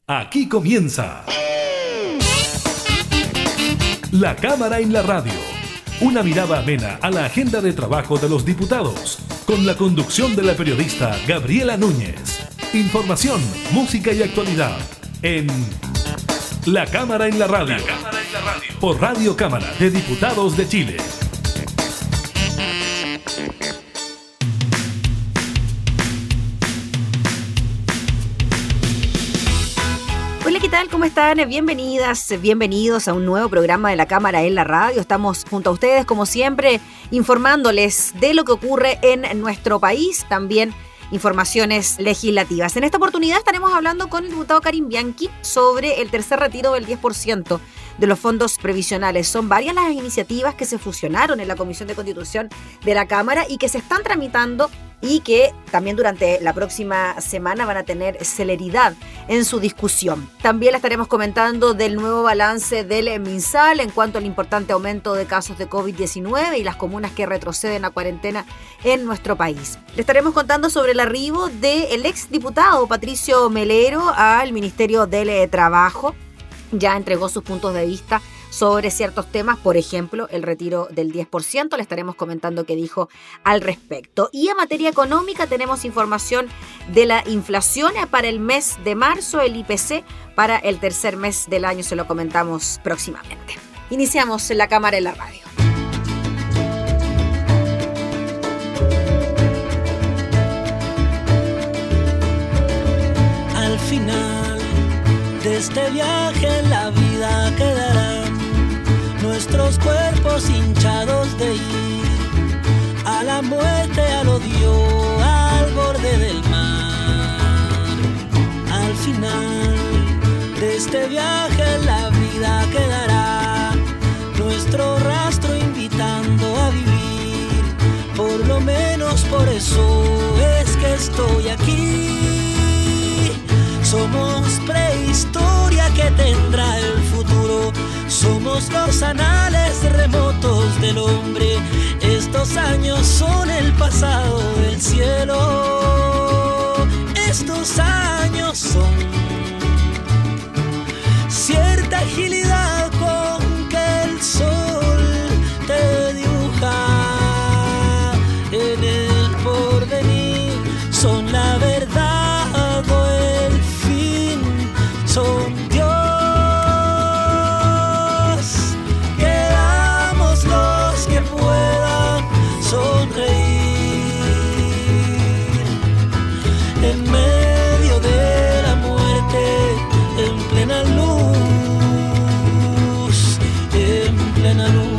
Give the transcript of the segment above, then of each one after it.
Aquí comienza La Cámara en la Radio. Una mirada amena a la agenda de trabajo de los diputados, con la conducción de la periodista Gabriela Núñez. Información, música y actualidad en La Cámara en la Radio. Por Radio Cámara de Diputados de Chile. Hola, ¿qué tal? ¿Cómo están? Bienvenidas, bienvenidos a un nuevo programa de La Cámara en la Radio. Estamos junto a ustedes, como siempre, informándoles de lo que ocurre en nuestro país, también informaciones legislativas. En esta oportunidad estaremos hablando con el diputado Karim Bianchi sobre el tercer retiro del 10% de los fondos previsionales. Son varias las iniciativas que se fusionaron en la Comisión de Constitución de la Cámara y que se están tramitando y que también durante la próxima semana van a tener celeridad en su discusión. También le estaremos comentando del nuevo balance del MinSal en cuanto al importante aumento de casos de COVID-19 y las comunas que retroceden a cuarentena en nuestro país. Le estaremos contando sobre el arribo del exdiputado Patricio Melero al Ministerio del Trabajo. Ya entregó sus puntos de vista sobre ciertos temas, por ejemplo, el retiro del 10%, le estaremos comentando qué dijo al respecto. Y en materia económica tenemos información de la inflación para el mes de marzo, el IPC para el tercer mes del año, se lo comentamos próximamente. Iniciamos en La Cámara en la Radio. Al final de este viaje la vida quedarán nuestros cuerpos hinchados de ir a la muerte, al odio, al borde del mar. Al final de este viaje la vida quedará nuestro rastro invitando a vivir. Por lo menos por eso es que estoy aquí. Somos prehistoria que tendrá el futuro. Somos los anales remotos del hombre. Estos años son el pasado del cielo. Estos años son cierta agilidad con que el sol te dibuja en el porvenir. Son la verdad o el fin. Son Dios. Quedamos los que puedan sonreír en medio de la muerte, en plena luz, en plena luz.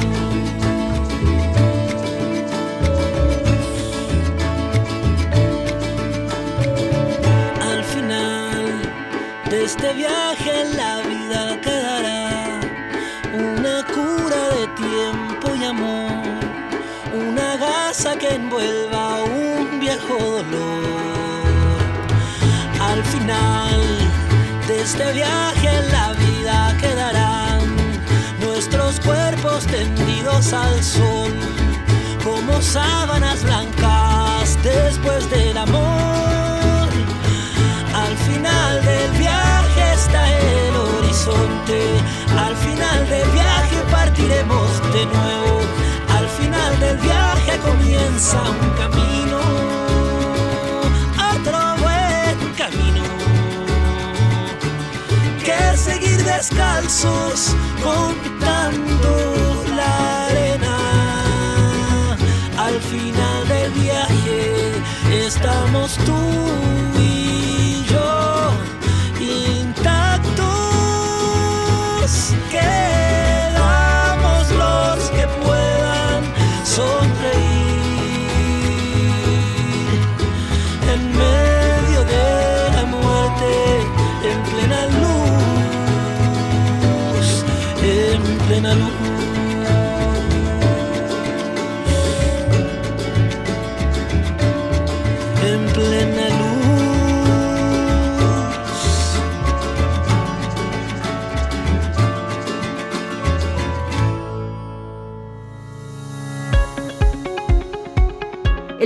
Al final de este viaje la vida quedará una cura de tiempo y amor, una gasa que envuelva un viejo dolor. Al final de este viaje la vida quedarán nuestros cuerpos tendidos al sol, como sábanas blancas después del amor. Al final del viaje está el horizonte. Al final del viaje partiremos de nuevo. Al final del viaje comienza un camino, otro buen camino, que seguir descalzos compitando la arena. Al final del viaje estamos tú y yo intactos. Quedamos los que puedan sonreír en medio de la muerte, en plena luz, en plena luz. En plena luz.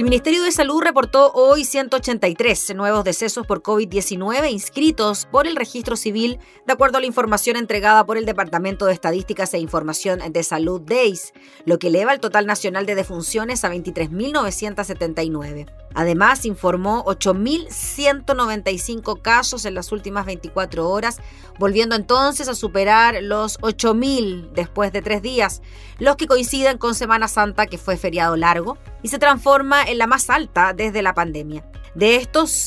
El Ministerio de Salud reportó hoy 183 nuevos decesos por COVID-19 inscritos por el Registro Civil, de acuerdo a la información entregada por el Departamento de Estadísticas e Información de Salud, DEIS, lo que eleva el total nacional de defunciones a 23.979. Además, informó 8.195 casos en las últimas 24 horas, volviendo entonces a superar los 8.000 después de 3 días, los que coinciden con Semana Santa, que fue feriado largo, y se transforma en la más alta desde la pandemia. De estos,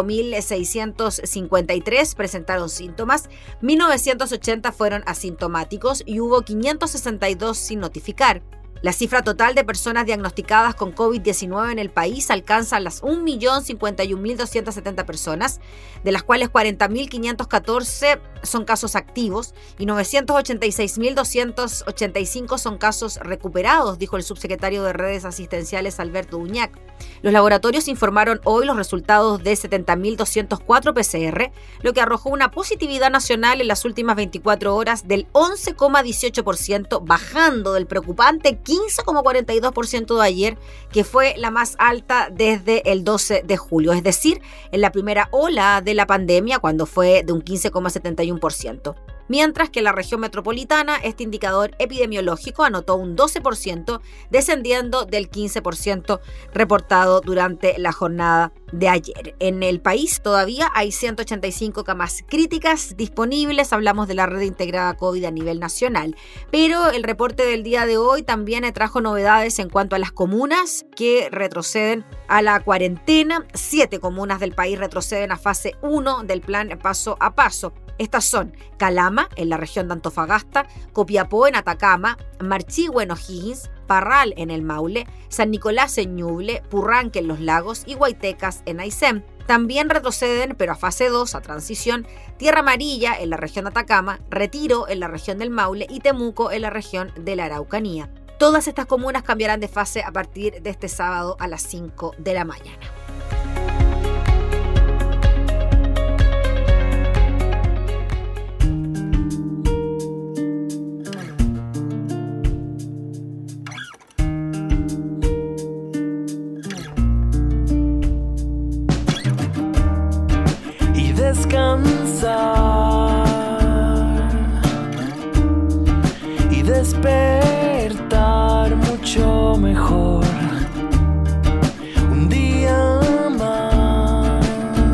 5.653 presentaron síntomas, 1.980 fueron asintomáticos y hubo 562 sin notificar. La cifra total de personas diagnosticadas con COVID-19 en el país alcanza las 1.051.270 personas, de las cuales 40.514 son casos activos y 986.285 son casos recuperados, dijo el subsecretario de Redes Asistenciales Alberto Uñac. Los laboratorios informaron hoy los resultados de 70.204 PCR, lo que arrojó una positividad nacional en las últimas 24 horas del 11,18%, bajando del preocupante 15,42% de ayer, que fue la más alta desde el 12 de julio, es decir, en la primera ola de la pandemia, cuando fue de un 15,71%. Mientras que en la región metropolitana, este indicador epidemiológico anotó un 12%, descendiendo del 15% reportado durante la jornada de ayer. En el país todavía hay 185 camas críticas disponibles, hablamos de la red integrada COVID a nivel nacional, pero el reporte del día de hoy también trajo novedades en cuanto a las comunas que retroceden a la cuarentena. 7 comunas del país retroceden a fase 1 del plan paso a paso. Estas son Calama, en la región de Antofagasta, Copiapó, en Atacama, Marchihue, en O'Higgins, Parral, en el Maule, San Nicolás, en Ñuble, Purranque, en Los Lagos y Guaytecas, en Aysén. También retroceden, pero a fase 2, a transición, Tierra Amarilla, en la región de Atacama, Retiro, en la región del Maule y Temuco, en la región de la Araucanía. Todas estas comunas cambiarán de fase a partir de este sábado a las 5 de la mañana. Descansar y despertar mucho mejor. Un día más,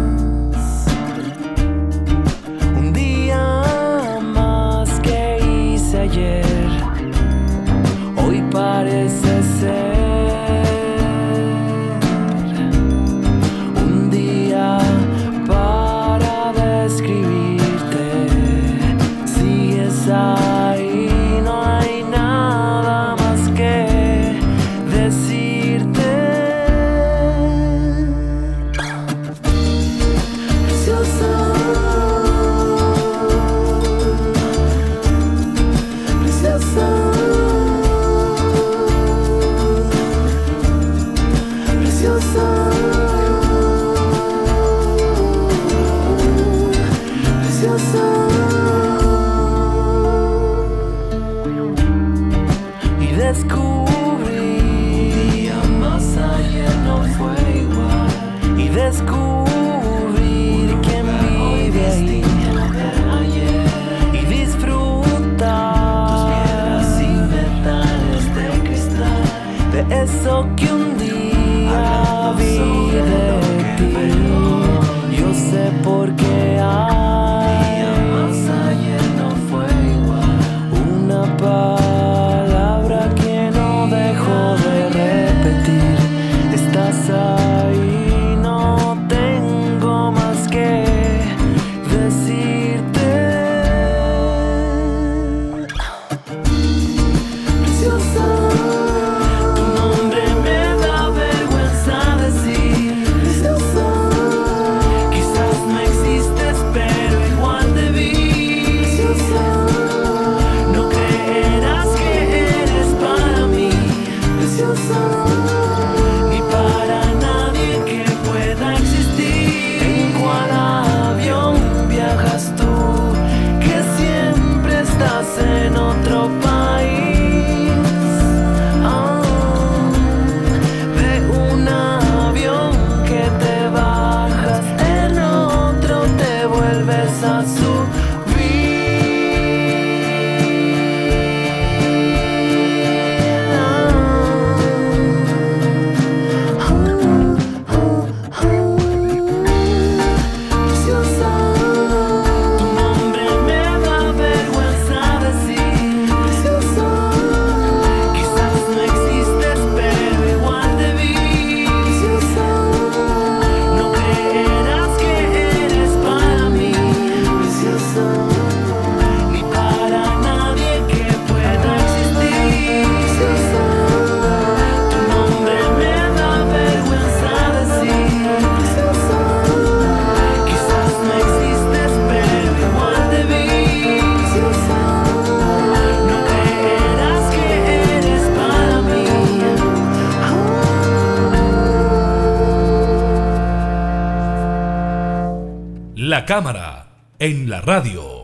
un día más que hice ayer, hoy parece ser un día para describirte. Sigues ahí, no hay nada más que decirte. Preciosa, preciosa, preciosa. Y descubrí, día más ayer no fue igual. Y descubrí que vive ahí y disfrutar tus piedras y metales de cristal, de eso que un día vi de ti. Yo sé por qué hay La cámara en la radio.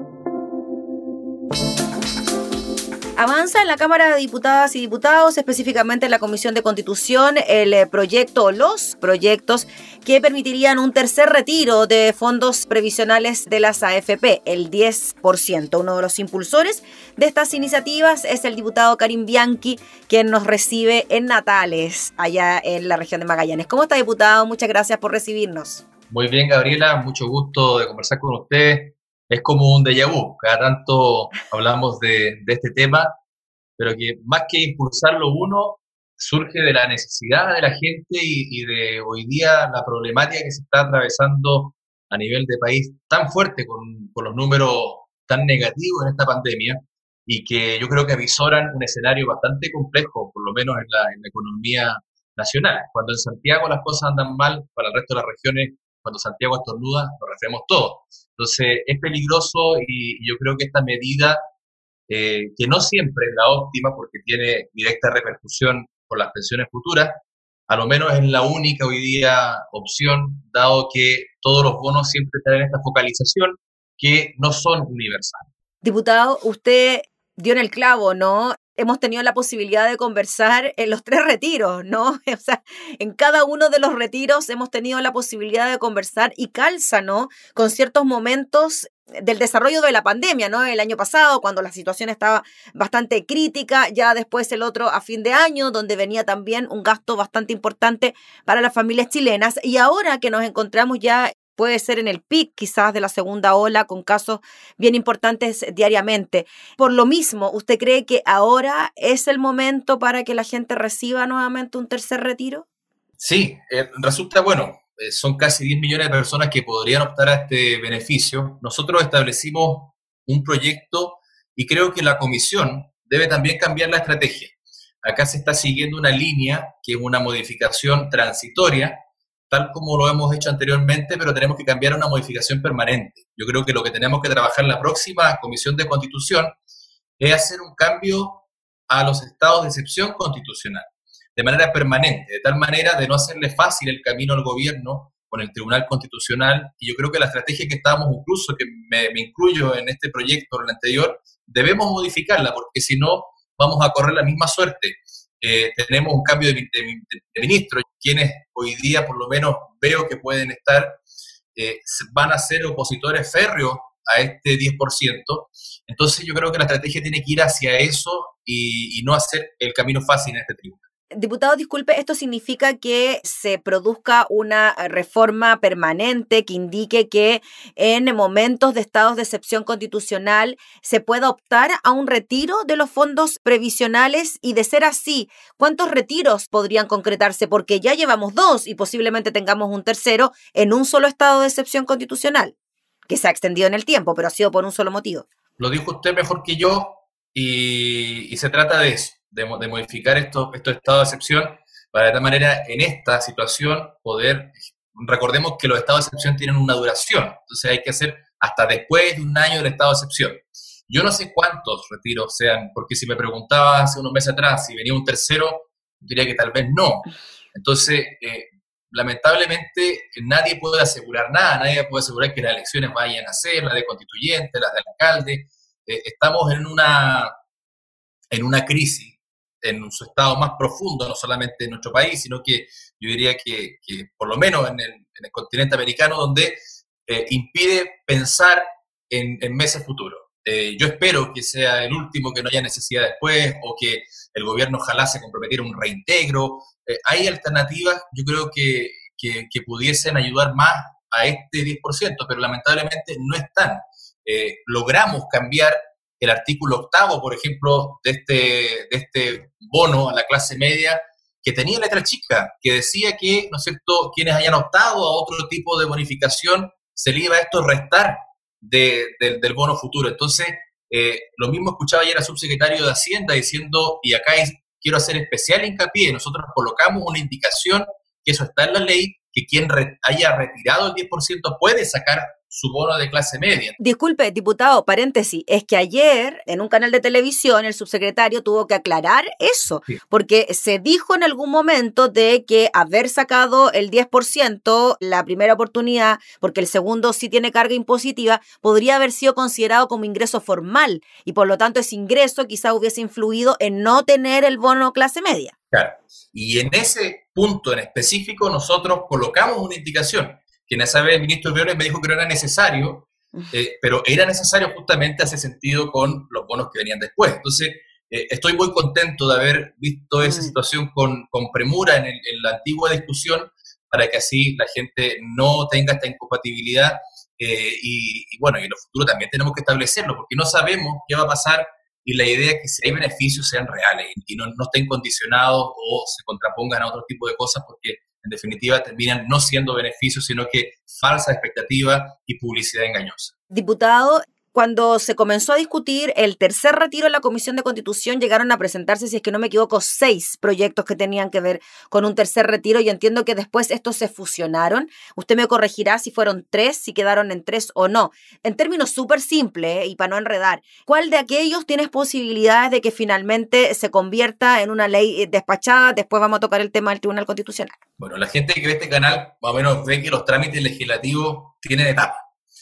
Avanza en la Cámara de Diputadas y Diputados, específicamente en la Comisión de Constitución, el proyecto o los proyectos que permitirían un tercer retiro de fondos previsionales de las AFP, el 10%. Uno de los impulsores de estas iniciativas es el diputado Karim Bianchi, quien nos recibe en Natales, allá en la región de Magallanes. ¿Cómo está, diputado? Muchas gracias por recibirnos. Muy bien, Gabriela, mucho gusto de conversar con usted. Es como un déjà vu, cada tanto hablamos de este tema, pero que más que impulsarlo uno, surge de la necesidad de la gente y de hoy día la problemática que se está atravesando a nivel de país tan fuerte con los números tan negativos en esta pandemia y que yo creo que avisoran un escenario bastante complejo, por lo menos en la economía nacional. Cuando en Santiago las cosas andan mal, para el resto de las regiones, cuando Santiago estornuda, lo referimos todos. Entonces, es peligroso y yo creo que esta medida, que no siempre es la óptima porque tiene directa repercusión con las pensiones futuras, a lo menos es la única hoy día opción, dado que todos los bonos siempre están en esta focalización que no son universales. Diputado, usted dio en el clavo, ¿no? Hemos tenido la posibilidad de conversar en los 3 retiros, ¿no? O sea, en cada uno de los retiros hemos tenido la posibilidad de conversar y calza, ¿no? Con ciertos momentos del desarrollo de la pandemia, ¿no? El año pasado, cuando la situación estaba bastante crítica, ya después el otro a fin de año, donde venía también un gasto bastante importante para las familias chilenas. Y ahora que nos encontramos ya, puede ser en el pic quizás de la segunda ola, con casos bien importantes diariamente. Por lo mismo, ¿usted cree que ahora es el momento para que la gente reciba nuevamente un tercer retiro? Sí, resulta bueno. Son casi 10 millones de personas que podrían optar a este beneficio. Nosotros establecimos un proyecto y creo que la comisión debe también cambiar la estrategia. Acá se está siguiendo una línea que es una modificación transitoria, tal como lo hemos hecho anteriormente, pero tenemos que cambiar a una modificación permanente. Yo creo que lo que tenemos que trabajar en la próxima Comisión de Constitución es hacer un cambio a los estados de excepción constitucional, de manera permanente, de tal manera de no hacerle fácil el camino al gobierno con el Tribunal Constitucional. Y yo creo que la estrategia que estábamos, incluso que me incluyo en este proyecto o en el anterior, debemos modificarla, porque si no vamos a correr la misma suerte. Tenemos un cambio de ministros, quienes hoy día por lo menos veo que pueden estar, van a ser opositores férreos a este 10%. Entonces yo creo que la estrategia tiene que ir hacia eso y no hacer el camino fácil en este tribunal. Diputado, disculpe, ¿esto significa que se produzca una reforma permanente que indique que en momentos de estados de excepción constitucional se pueda optar a un retiro de los fondos previsionales? Y de ser así, ¿cuántos retiros podrían concretarse? Porque ya llevamos 2 y posiblemente tengamos un tercero en un solo estado de excepción constitucional, que se ha extendido en el tiempo, pero ha sido por un solo motivo. Lo dijo usted mejor que yo y se trata de eso. De modificar estos estados de excepción para de tal manera en esta situación poder, recordemos que los estados de excepción tienen una duración, entonces hay que hacer hasta después de un año del estado de excepción. Yo no sé cuántos retiros sean, porque si me preguntaba hace unos meses atrás si venía un tercero, diría que tal vez no. Entonces, lamentablemente nadie puede asegurar nada, nadie puede asegurar que las elecciones vayan a ser, las de constituyente, las del alcalde. Estamos en una crisis en su estado más profundo, no solamente en nuestro país, sino que yo diría que por lo menos en el continente americano, donde impide pensar en meses futuros. Yo espero que sea el último, que no haya necesidad después, o que el gobierno ojalá se comprometiera a un reintegro. Hay alternativas, yo creo que pudiesen ayudar más a este 10%, pero lamentablemente no están. Logramos cambiar el artículo 8, por ejemplo, de este bono a la clase media, que tenía letra chica, que decía que, ¿no es cierto?, quienes hayan optado a otro tipo de bonificación, se le iba a esto restar del bono futuro. Entonces, lo mismo escuchaba ayer al subsecretario de Hacienda diciendo, y acá quiero hacer especial hincapié, nosotros colocamos una indicación, que eso está en la ley, que quien haya retirado el 10% puede sacar su bono de clase media. Disculpe, diputado, paréntesis, es que ayer en un canal de televisión el subsecretario tuvo que aclarar eso, Sí. porque se dijo en algún momento de que haber sacado el 10% la primera oportunidad, porque el segundo sí tiene carga impositiva, podría haber sido considerado como ingreso formal y por lo tanto ese ingreso quizá hubiese influido en no tener el bono clase media. Claro. Y en ese punto en específico nosotros colocamos una indicación, que en esa vez el ministro Briones me dijo que no era necesario, pero era necesario justamente hacer sentido con los bonos que venían después. Entonces, estoy muy contento de haber visto esa situación con premura en la antigua discusión, para que así la gente no tenga esta incompatibilidad, y bueno, y en lo futuro también tenemos que establecerlo, porque no sabemos qué va a pasar, y la idea es que si hay beneficios sean reales y no estén condicionados o se contrapongan a otro tipo de cosas, porque en definitiva terminan no siendo beneficios, sino que falsa expectativa y publicidad engañosa. Diputado, cuando se comenzó a discutir el tercer retiro en la Comisión de Constitución, llegaron a presentarse, si es que no me equivoco, 6 proyectos que tenían que ver con un tercer retiro, y entiendo que después estos se fusionaron. Usted me corregirá si fueron 3, si quedaron en 3 o no. En términos súper simples, y para no enredar, ¿cuál de aquellos tienes posibilidades de que finalmente se convierta en una ley despachada? Después vamos a tocar el tema del Tribunal Constitucional. Bueno, la gente que ve este canal más o menos ve que los trámites legislativos tienen etapas.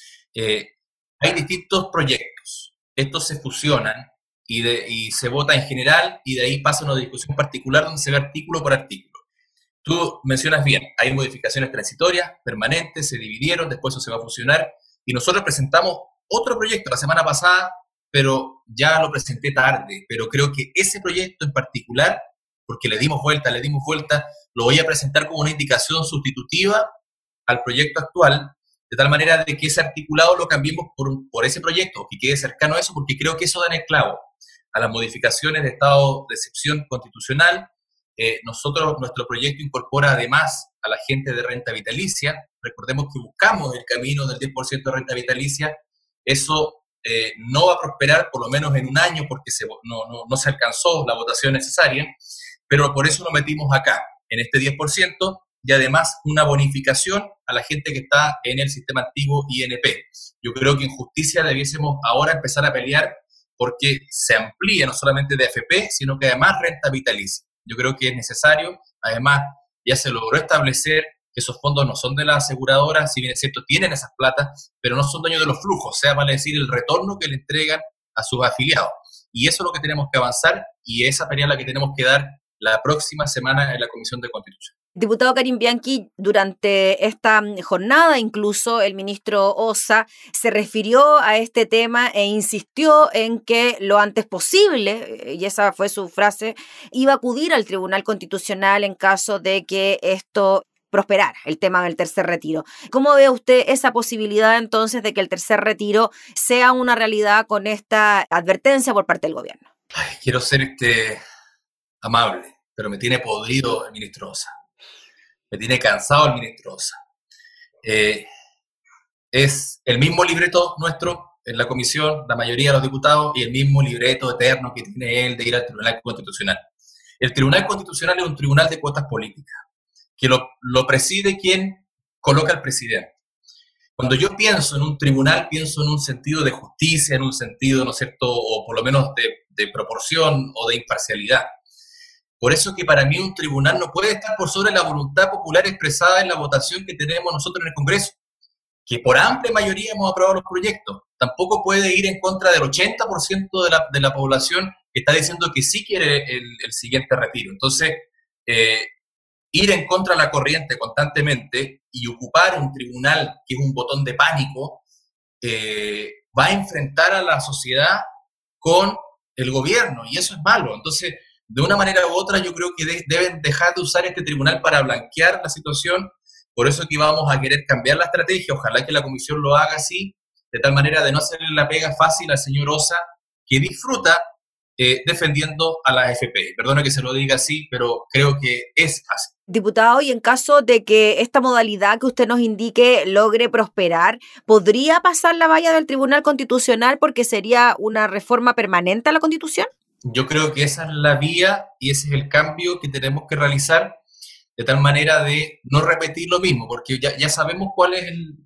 Hay distintos proyectos. Estos se fusionan y se vota en general, y de ahí pasa una discusión particular donde se ve artículo por artículo. Tú mencionas bien, hay modificaciones transitorias, permanentes, se dividieron, después eso se va a fusionar, y nosotros presentamos otro proyecto la semana pasada, pero ya lo presenté tarde, pero creo que ese proyecto en particular, porque le dimos vuelta, lo voy a presentar como una indicación sustitutiva al proyecto actual, de tal manera de que ese articulado lo cambiemos por ese proyecto, que quede cercano a eso, porque creo que eso da en el clavo a las modificaciones de estado de excepción constitucional. Nuestro proyecto incorpora además a la gente de renta vitalicia. Recordemos que buscamos el camino del 10% de renta vitalicia. Eso no va a prosperar por lo menos en un año, porque no se alcanzó la votación necesaria, pero por eso lo metimos acá, en este 10%, y además una bonificación a la gente que está en el sistema antiguo INP. Yo creo que en justicia debiésemos ahora empezar a pelear porque se amplíe no solamente de AFP, sino que además renta vitalicia. Yo creo que es necesario. Además, ya se logró establecer que esos fondos no son de la aseguradora, si bien es cierto, tienen esas platas, pero no son dueños de los flujos, o sea, vale decir, el retorno que le entregan a sus afiliados. Y eso es lo que tenemos que avanzar, y esa pelea es la que tenemos que dar la próxima semana en la Comisión de Constitución. Diputado Karim Bianchi, durante esta jornada incluso el ministro Ossa se refirió a este tema e insistió en que lo antes posible, y esa fue su frase, iba a acudir al Tribunal Constitucional en caso de que esto prosperara, el tema del tercer retiro. ¿Cómo ve usted esa posibilidad entonces de que el tercer retiro sea una realidad con esta advertencia por parte del gobierno? Quiero ser amable, pero me tiene podrido el ministro Ossa. Me tiene cansado el ministro Ossa. Es el mismo libreto nuestro en la comisión, la mayoría de los diputados, y el mismo libreto eterno que tiene él de ir al Tribunal Constitucional. El Tribunal Constitucional es un tribunal de cuotas políticas, que lo preside quien coloca al presidente. Cuando yo pienso en un tribunal, pienso en un sentido de justicia, en un sentido, ¿no es cierto?, o por lo menos de proporción o de imparcialidad. Por eso que para mí un tribunal no puede estar por sobre la voluntad popular expresada en la votación que tenemos nosotros en el Congreso, que por amplia mayoría hemos aprobado los proyectos. Tampoco puede ir en contra del 80% de la población que está diciendo que sí quiere el siguiente retiro. Entonces, ir en contra de la corriente constantemente y ocupar un tribunal que es un botón de pánico, va a enfrentar a la sociedad con el gobierno, y eso es malo. Entonces, de una manera u otra, yo creo que deben dejar de usar este tribunal para blanquear la situación. Por eso que vamos a querer cambiar la estrategia. Ojalá que la comisión lo haga así, de tal manera de no hacerle la pega fácil al señor Ossa, que disfruta defendiendo a la AFP. Perdona que se lo diga así, pero creo que es así. Diputado, y en caso de que esta modalidad que usted nos indique logre prosperar, ¿podría pasar la valla del Tribunal Constitucional porque sería una reforma permanente a la Constitución? Yo creo que esa es la vía y ese es el cambio que tenemos que realizar, de tal manera de no repetir lo mismo, porque ya sabemos cuál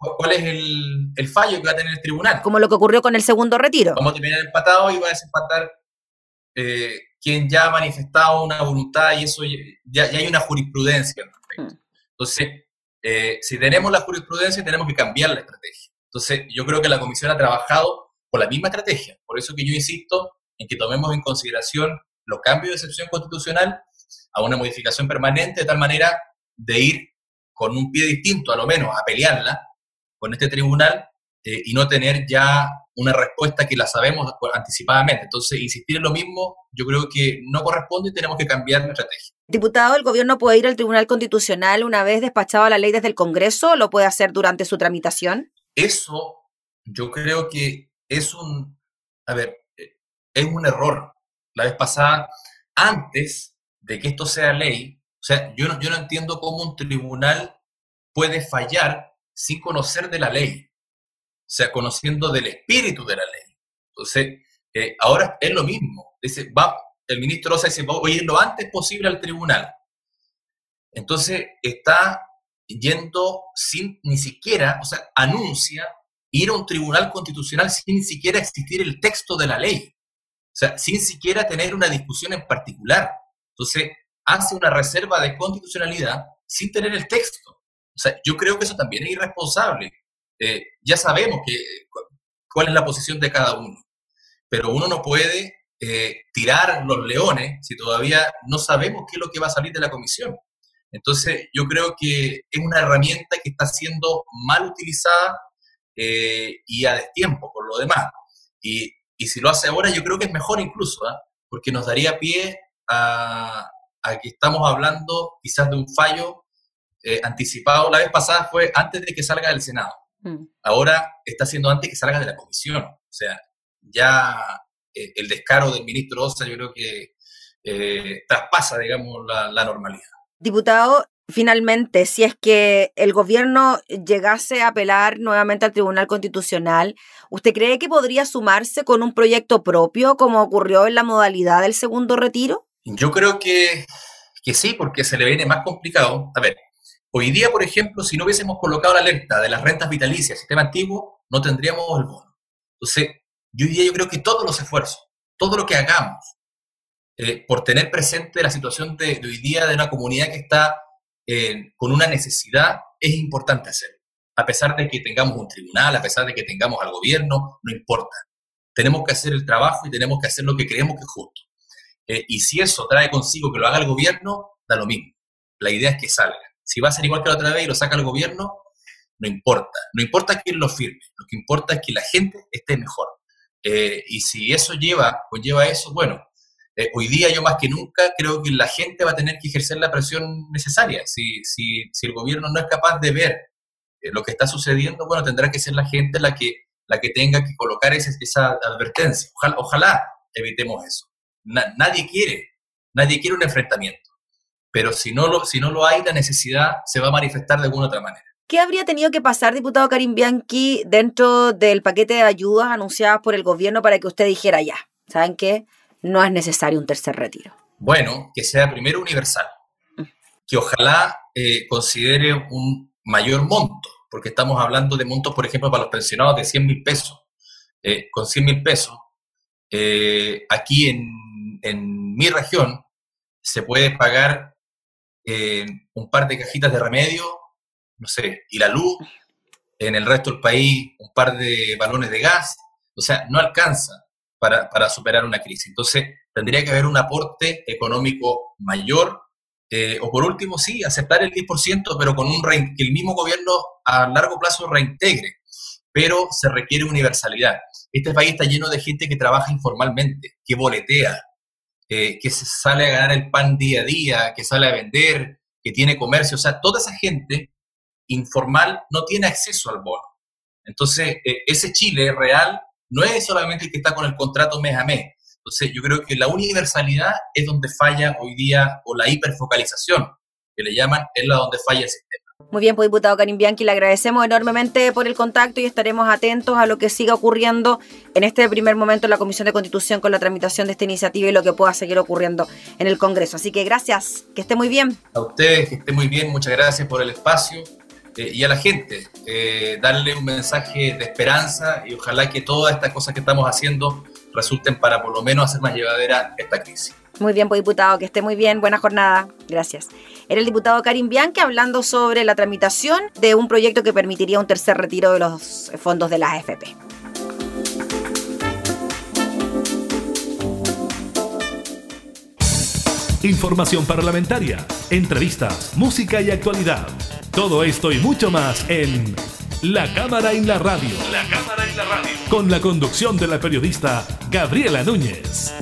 cuál es el fallo que va a tener el tribunal. Como lo que ocurrió con el segundo retiro. Vamos a terminar empatados y va a desempatar quien ya ha manifestado una voluntad y eso ya hay una jurisprudencia al respecto. Entonces, si tenemos la jurisprudencia, tenemos que cambiar la estrategia. Entonces, yo creo que la comisión ha trabajado con la misma estrategia. Por eso que yo insisto en que tomemos en consideración los cambios de excepción constitucional a una modificación permanente, de tal manera de ir con un pie distinto, a lo menos, a pelearla con este tribunal y no tener ya una respuesta que la sabemos anticipadamente. Entonces, insistir en lo mismo, yo creo que no corresponde y tenemos que cambiar la estrategia. Diputado, ¿el gobierno puede ir al Tribunal Constitucional una vez despachada la ley desde el Congreso o lo puede hacer durante su tramitación? Eso yo creo que es un error. La vez pasada, antes de que esto sea ley, o sea, yo no entiendo cómo un tribunal puede fallar sin conocer de la ley, o sea, conociendo del espíritu de la ley. Entonces, ahora es lo mismo. Dice, el ministro Osa dice, voy a ir lo antes posible al tribunal. Entonces, está yendo sin ni siquiera, o sea, anuncia ir a un tribunal constitucional sin ni siquiera existir el texto de la ley. O sea, sin siquiera tener una discusión en particular. Entonces, hace una reserva de constitucionalidad sin tener el texto. O sea, yo creo que eso también es irresponsable. Ya sabemos cuál es la posición de cada uno, pero uno no puede tirar los leones si todavía no sabemos qué es lo que va a salir de la comisión. Entonces, yo creo que es una herramienta que está siendo mal utilizada y a destiempo por lo demás. Y si lo hace ahora, yo creo que es mejor incluso, porque nos daría pie a que estamos hablando quizás de un fallo anticipado. La vez pasada fue antes de que salga del Senado. Ahora está siendo antes que salga de la comisión. O sea, ya el descaro del ministro Osa yo creo que traspasa, digamos, la normalidad. Diputado, finalmente, si es que el gobierno llegase a apelar nuevamente al Tribunal Constitucional, ¿usted cree que podría sumarse con un proyecto propio como ocurrió en la modalidad del segundo retiro? Yo creo que sí, porque se le viene más complicado. A ver, hoy día, por ejemplo, si no hubiésemos colocado la alerta de las rentas vitalicias, sistema antiguo, no tendríamos el bono. Entonces, yo creo que todos los esfuerzos, todo lo que hagamos por tener presente la situación de hoy día de una comunidad que está con una necesidad, es importante hacerlo. A pesar de que tengamos un tribunal, a pesar de que tengamos al gobierno, no importa. Tenemos que hacer el trabajo y tenemos que hacer lo que creemos que es justo. Y si eso trae consigo que lo haga el gobierno, da lo mismo. La idea es que salga. Si va a ser igual que la otra vez y lo saca el gobierno, no importa. No importa quién lo firme. Lo que importa es que la gente esté mejor. Y si eso conlleva eso, bueno, hoy día yo más que nunca creo que la gente va a tener que ejercer la presión necesaria. Si el gobierno no es capaz de ver lo que está sucediendo, bueno, tendrá que ser la gente la que tenga que colocar esa advertencia. Ojalá evitemos eso. Nadie quiere un enfrentamiento. Pero si no lo hay, la necesidad se va a manifestar de alguna otra manera. ¿Qué habría tenido que pasar, diputado Karim Bianchi, dentro del paquete de ayudas anunciadas por el gobierno para que usted dijera ya, ¿saben qué? No es necesario un tercer retiro? Bueno, que sea primero universal. Que ojalá considere un mayor monto, porque estamos hablando de montos, por ejemplo, para los pensionados de 100.000 pesos. Con 100.000 pesos, aquí en mi región se puede pagar un par de cajitas de remedio, no sé, y la luz, en el resto del país un par de balones de gas, o sea, no alcanza para superar una crisis. Entonces, tendría que haber un aporte económico mayor, o por último, sí, aceptar el 10%, pero con que el mismo gobierno a largo plazo reintegre, pero se requiere universalidad. Este país está lleno de gente que trabaja informalmente, que boletea, que se sale a ganar el pan día a día, que sale a vender, que tiene comercio, o sea, toda esa gente informal no tiene acceso al bono. Entonces, ese Chile real no es solamente el que está con el contrato mes a mes. Entonces, yo creo que la universalidad es donde falla hoy día, o la hiperfocalización, que le llaman, es la donde falla el sistema. Muy bien, pues, diputado Karim Bianchi, le agradecemos enormemente por el contacto y estaremos atentos a lo que siga ocurriendo en este primer momento en la Comisión de Constitución con la tramitación de esta iniciativa y lo que pueda seguir ocurriendo en el Congreso. Así que gracias, que esté muy bien. A ustedes, que esté muy bien, muchas gracias por el espacio y a la gente, darle un mensaje de esperanza y ojalá que todas estas cosas que estamos haciendo resulten para por lo menos hacer más llevadera esta crisis. Muy bien, pues diputado, que esté muy bien, buena jornada, gracias. Era el diputado Karim Bianchi hablando sobre la tramitación de un proyecto que permitiría un tercer retiro de los fondos de la AFP. Información parlamentaria, entrevistas, música y actualidad. Todo esto y mucho más en La Cámara en la Radio. La Cámara en la Radio. Con la conducción de la periodista Gabriela Núñez.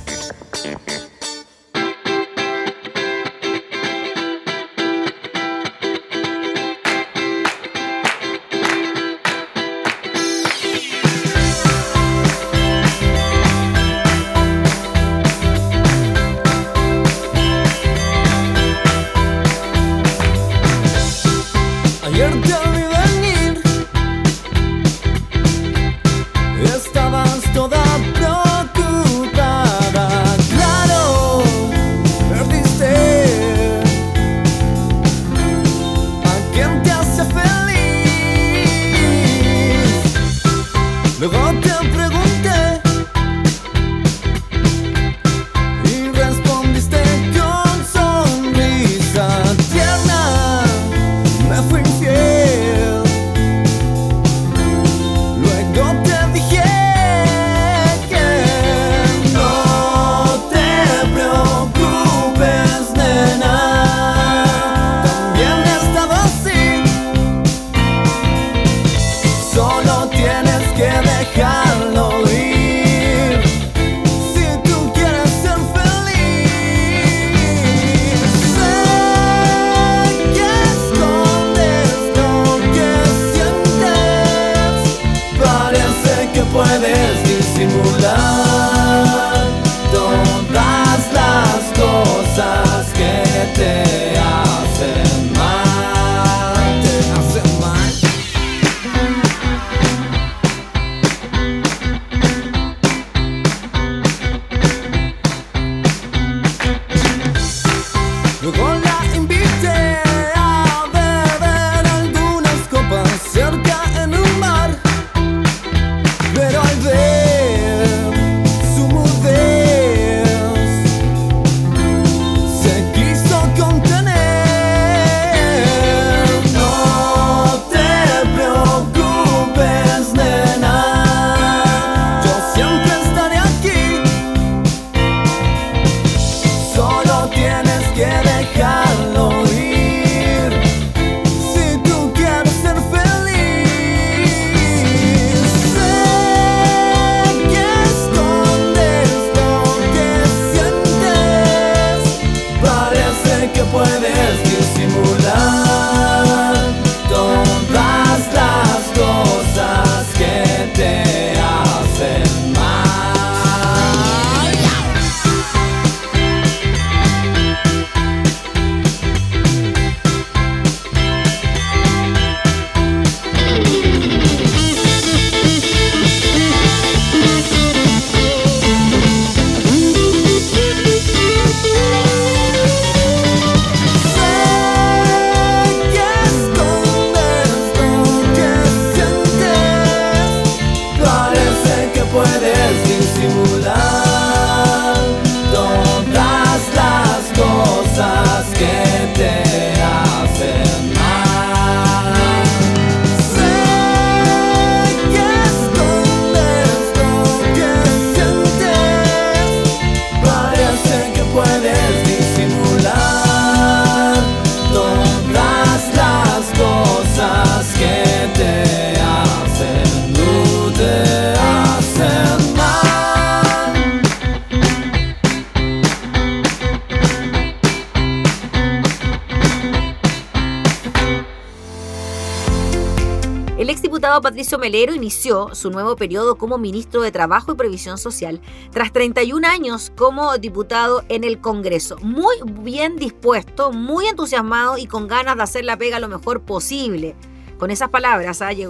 Patricio Melero inició su nuevo periodo como ministro de Trabajo y Previsión Social tras 31 años como diputado en el Congreso. Muy bien dispuesto, muy entusiasmado y con ganas de hacer la pega lo mejor posible. Con esas palabras llegó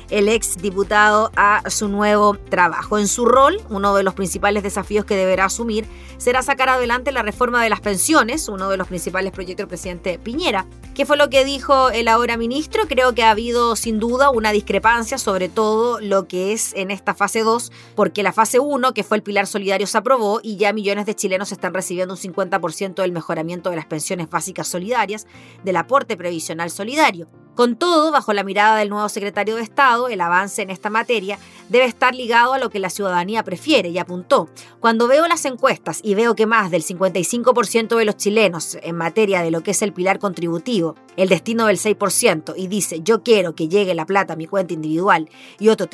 el ex diputado a su nuevo trabajo. En su rol, uno de los principales desafíos que deberá asumir será sacar adelante la reforma de las pensiones, uno de los principales proyectos del presidente Piñera. ¿Qué fue lo que dijo el ahora ministro? Creo que ha habido sin duda una discrepancia sobre todo lo que es en esta fase 2, porque la fase 1, que fue el pilar solidario, se aprobó y ya millones de chilenos están recibiendo un 50% del mejoramiento de las pensiones básicas solidarias, del aporte previsional solidario. Con todo, bajo la mirada del nuevo secretario de Estado, el avance en esta materia debe estar ligado a lo que la ciudadanía prefiere, y apuntó: cuando veo las encuestas y veo que más del 55% de los chilenos en materia de lo que es el pilar contributivo, el destino del 6%, y dice yo quiero que llegue la plata a mi cuenta individual, y otro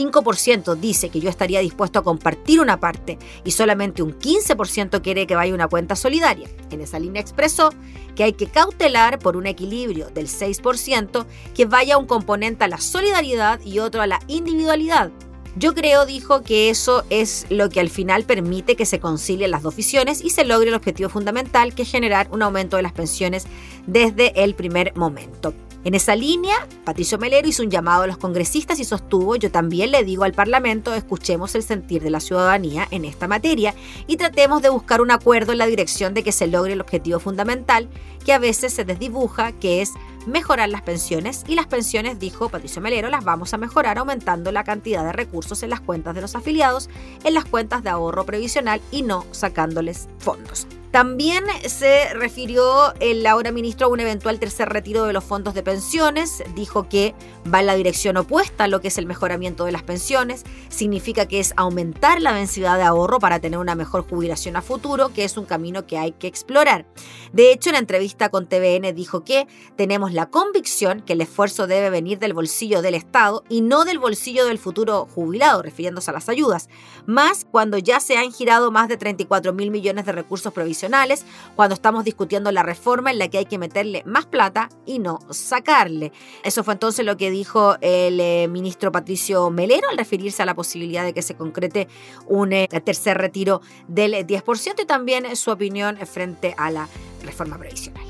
35% dice que yo estaría dispuesto a compartir una parte, y solamente un 15% quiere que vaya a una cuenta solidaria. En esa línea expresó que hay que cautelar por un equilibrio del 6% que vaya un componente a la solidaridad y otro a la individualidad. Yo creo, dijo, que eso es lo que al final permite que se concilien las dos visiones y se logre el objetivo fundamental, que es generar un aumento de las pensiones desde el primer momento. En esa línea, Patricio Melero hizo un llamado a los congresistas y sostuvo: yo también le digo al Parlamento, escuchemos el sentir de la ciudadanía en esta materia y tratemos de buscar un acuerdo en la dirección de que se logre el objetivo fundamental, que a veces se desdibuja, que es mejorar las pensiones. Y las pensiones, dijo Patricio Melero, las vamos a mejorar aumentando la cantidad de recursos en las cuentas de los afiliados, en las cuentas de ahorro previsional, y no sacándoles fondos. También se refirió el ahora ministro a un eventual tercer retiro de los fondos de pensiones. Dijo que va en la dirección opuesta a lo que es el mejoramiento de las pensiones. Significa que es aumentar la densidad de ahorro para tener una mejor jubilación a futuro, que es un camino que hay que explorar. De hecho, en la entrevista con TVN dijo que tenemos la convicción que el esfuerzo debe venir del bolsillo del Estado y no del bolsillo del futuro jubilado, refiriéndose a las ayudas, más cuando ya se han girado más de 34.000 millones de recursos provisionales, cuando estamos discutiendo la reforma en la que hay que meterle más plata y no sacarle. Eso fue entonces lo que dijo el ministro Patricio Melero al referirse a la posibilidad de que se concrete un tercer retiro del 10%, y también su opinión frente a la reforma previsional.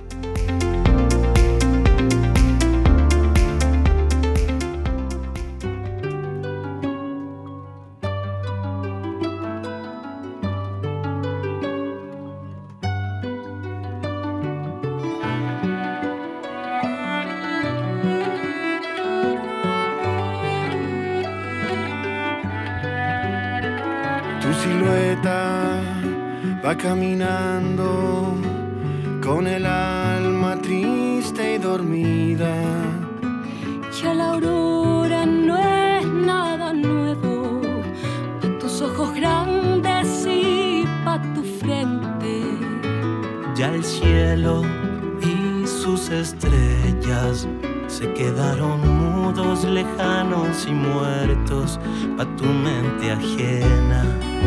Silueta va caminando con el alma triste y dormida. Ya la aurora no es nada nuevo, pa' tus ojos grandes y pa' tu frente. Ya el cielo y sus estrellas se quedaron mudos, lejanos y muertos pa' tu mente ajena.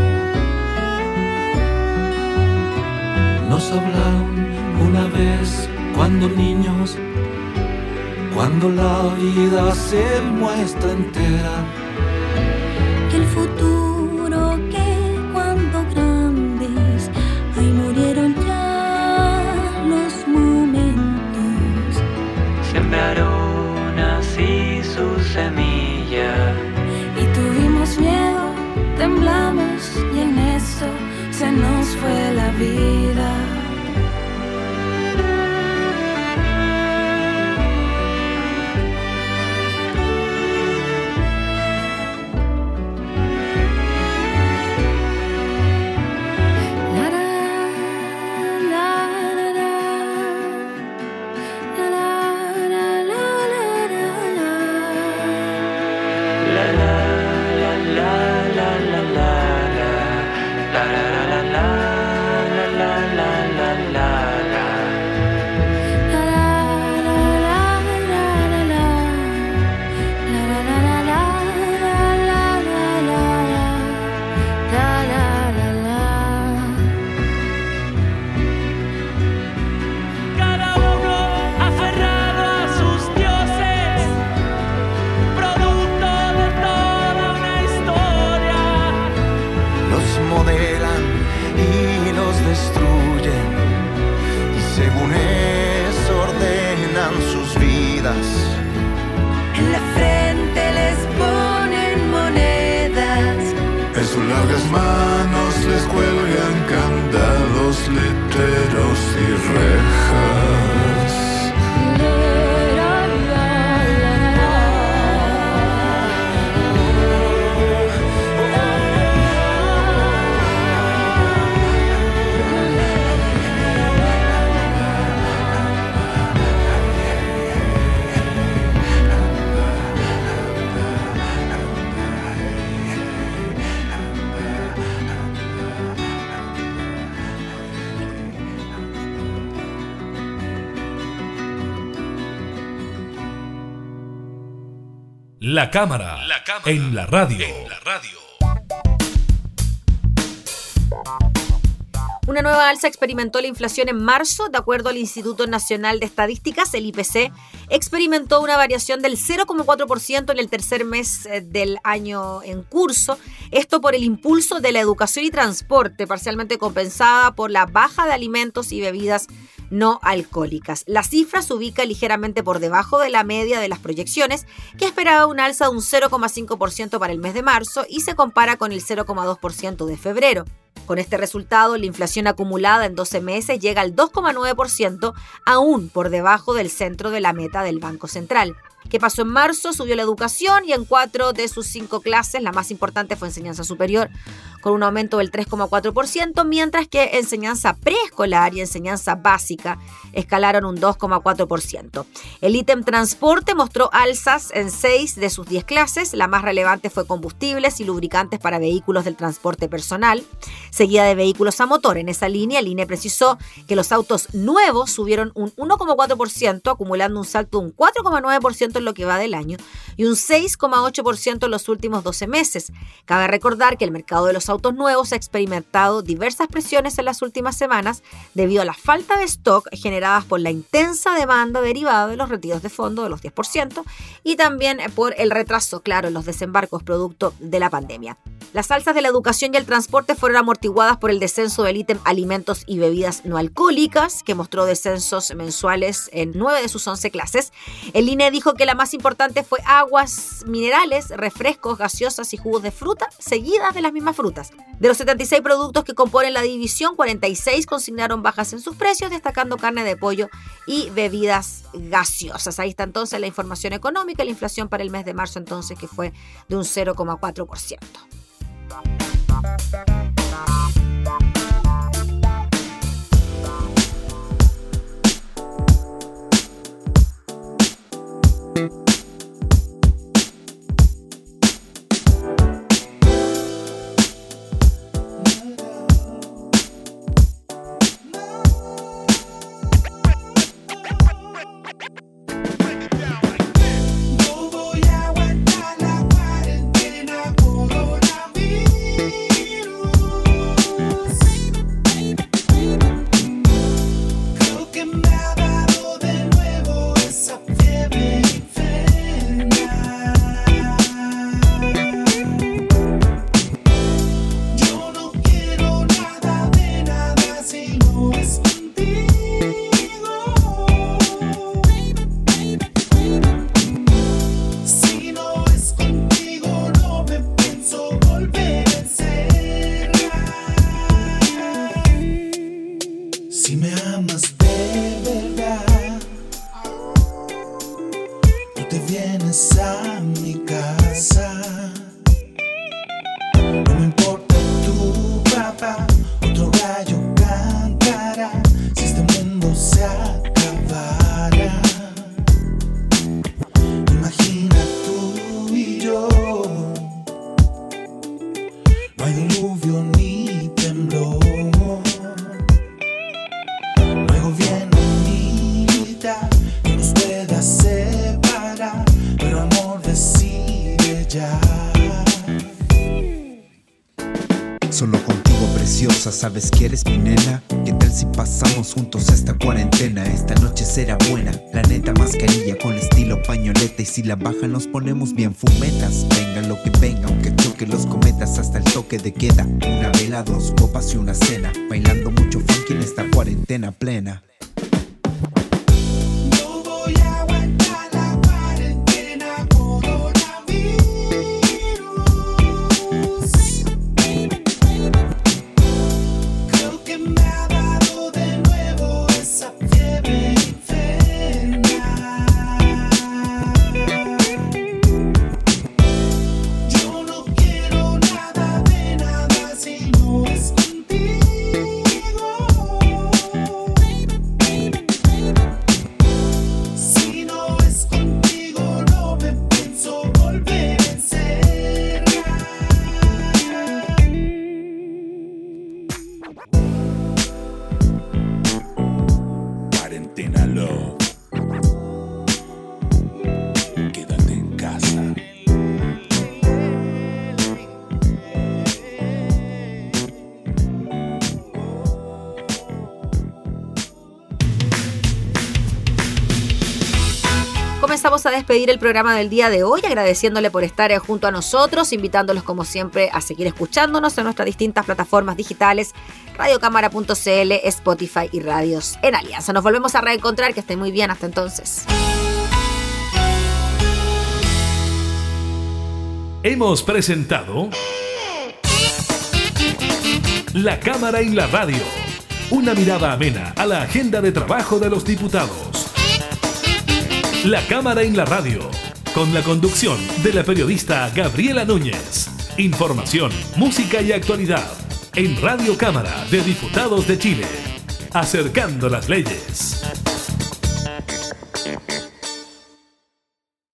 Nos hablaron una vez cuando niños, cuando la vida se muestra entera. El futuro que cuando grandes, ahí murieron ya los momentos. Sembraron así su semilla y tuvimos miedo, temblamos y en eso se nos fue la vida. la la la la la la la la la sus largas manos les cuelgan candados, letreros y rejas. La cámara en la radio. Una nueva alza experimentó la inflación en marzo. De acuerdo al Instituto Nacional de Estadísticas, el IPC experimentó una variación del 0,4% en el tercer mes del año en curso. Esto por el impulso de la educación y transporte, parcialmente compensada por la baja de alimentos y bebidas no alcohólicas. La cifra se ubica ligeramente por debajo de la media de las proyecciones, que esperaba un alza de un 0,5% para el mes de marzo y se compara con el 0,2% de febrero. Con este resultado, la inflación acumulada en 12 meses llega al 2,9%, aún por debajo del centro de la meta del Banco Central. ¿Qué pasó en marzo? Subió la educación y en 4 de sus 5 clases, la más importante fue enseñanza superior, con un aumento del 3,4%, mientras que enseñanza preescolar y enseñanza básica escalaron un 2,4%. El ítem transporte mostró alzas en 6 de sus 10 clases. La más relevante fue combustibles y lubricantes para vehículos del transporte personal, seguida de vehículos a motor. En esa línea, el INE precisó que los autos nuevos subieron un 1,4%, acumulando un salto de un 4,9% en lo que va del año y un 6,8% en los últimos 12 meses. Cabe recordar que el mercado de los autos nuevos ha experimentado diversas presiones en las últimas semanas debido a la falta de stock generadas por la intensa demanda derivada de los retiros de fondo de los 10% y también por el retraso, claro, en los desembarcos producto de la pandemia. Las alzas de la educación y el transporte fueron amortiguadas por el descenso del ítem alimentos y bebidas no alcohólicas, que mostró descensos mensuales en 9 de sus 11 clases. El INE dijo que la más importante fue aguas minerales, refrescos, gaseosas y jugos de fruta, seguidas de las mismas frutas. De los 76 productos que componen la división, 46 consignaron bajas en sus precios, destacando carne de pollo y bebidas gaseosas. Ahí está entonces la información económica, la inflación para el mes de marzo entonces que fue de un 0,4%. ¿Sabes que eres mi nena? ¿Qué tal si pasamos juntos esta cuarentena? Esta noche será buena, la neta, mascarilla con estilo pañoleta. Y si la bajan nos ponemos bien fumetas. Venga lo que venga, aunque choque los cometas. Hasta el toque de queda, una vela, 2 copas y una cena. Bailando mucho funky en esta cuarentena plena. vamos a despedir el programa del día de hoy, agradeciéndole por estar junto a nosotros, invitándolos como siempre a seguir escuchándonos en nuestras distintas plataformas digitales, radiocámara.cl, Spotify y Radios en Alianza. Nos volvemos a reencontrar, que estén muy bien, hasta entonces. Hemos presentado La Cámara en la Radio, una mirada amena a la agenda de trabajo de los diputados. La Cámara en la Radio, con la conducción de la periodista Gabriela Núñez. Información, música y actualidad en Radio Cámara de Diputados de Chile, acercando las leyes.